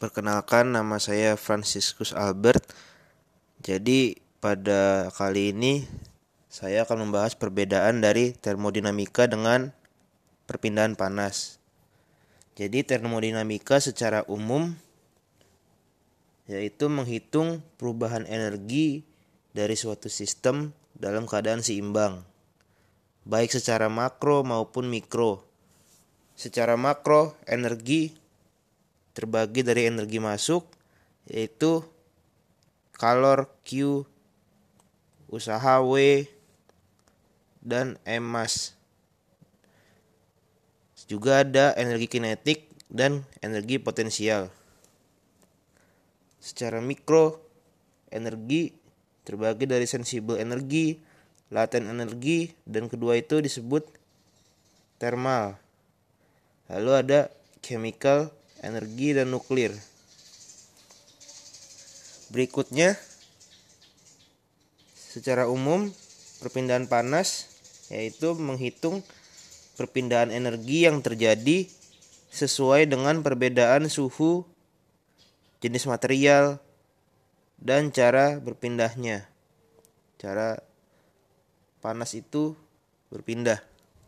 Perkenalkan, nama saya Franciscus Albert. Jadi pada kali ini saya akan membahas perbedaan dari termodinamika dengan perpindahan panas. Jadi termodinamika secara umum yaitu menghitung perubahan energi dari suatu sistem dalam keadaan seimbang, baik secara makro maupun mikro. Secara makro, energi terbagi dari energi masuk, yaitu kalor Q, usaha W, dan mass. Juga ada energi kinetik dan energi potensial. Secara mikro, energi terbagi dari sensible energi, latent energi, dan kedua itu disebut thermal. Lalu ada chemical energi dan nuklir. Berikutnya, secara umum perpindahan panas yaitu menghitung perpindahan energi yang terjadi sesuai dengan perbedaan suhu, jenis material, dan cara berpindahnya. Cara panas itu berpindah.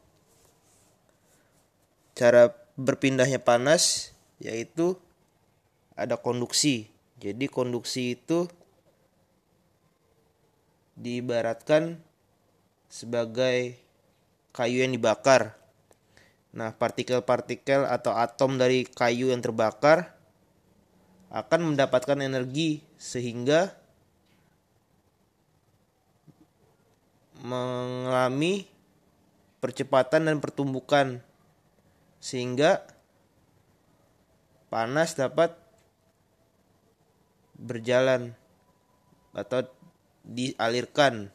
Cara berpindahnya panas yaitu ada konduksi. Jadi konduksi itu diibaratkan sebagai kayu yang dibakar. Nah, partikel-partikel atau atom dari kayu yang terbakar akan mendapatkan energi sehingga mengalami percepatan dan pertumbukan, sehingga panas dapat berjalan atau dialirkan.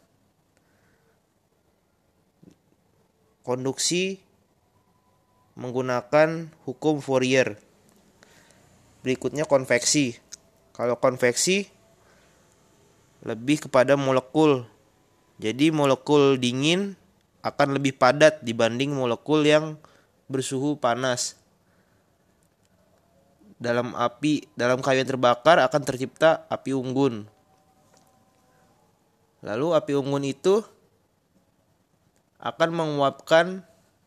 Konduksi menggunakan hukum Fourier. Berikutnya konveksi. Kalau konveksi lebih kepada molekul. Jadi molekul dingin akan lebih padat dibanding molekul yang bersuhu panas. Dalam kayu yang terbakar akan tercipta api unggun. Lalu api unggun itu akan menguapkan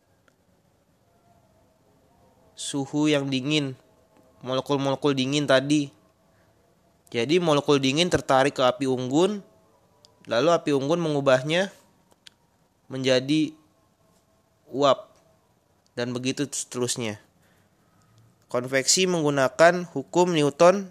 suhu yang dingin, molekul-molekul dingin tadi. Jadi molekul dingin tertarik ke api unggun, lalu api unggun mengubahnya menjadi uap, dan begitu seterusnya. Konveksi menggunakan hukum Newton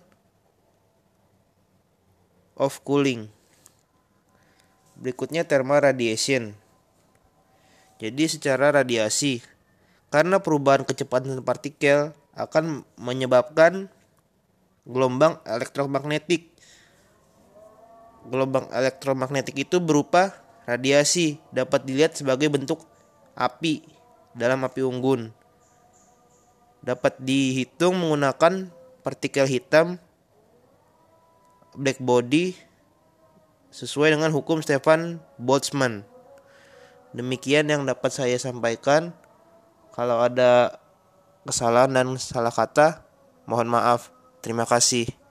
of cooling. Berikutnya thermal radiation. Jadi secara radiasi, karena perubahan kecepatan partikel akan menyebabkan gelombang elektromagnetik. Gelombang elektromagnetik itu berupa radiasi, dapat dilihat sebagai bentuk api dalam api unggun. Dapat dihitung menggunakan partikel hitam black body sesuai dengan hukum Stefan Boltzmann. Demikian yang dapat saya sampaikan. Kalau ada kesalahan dan salah kata, mohon maaf. Terima kasih.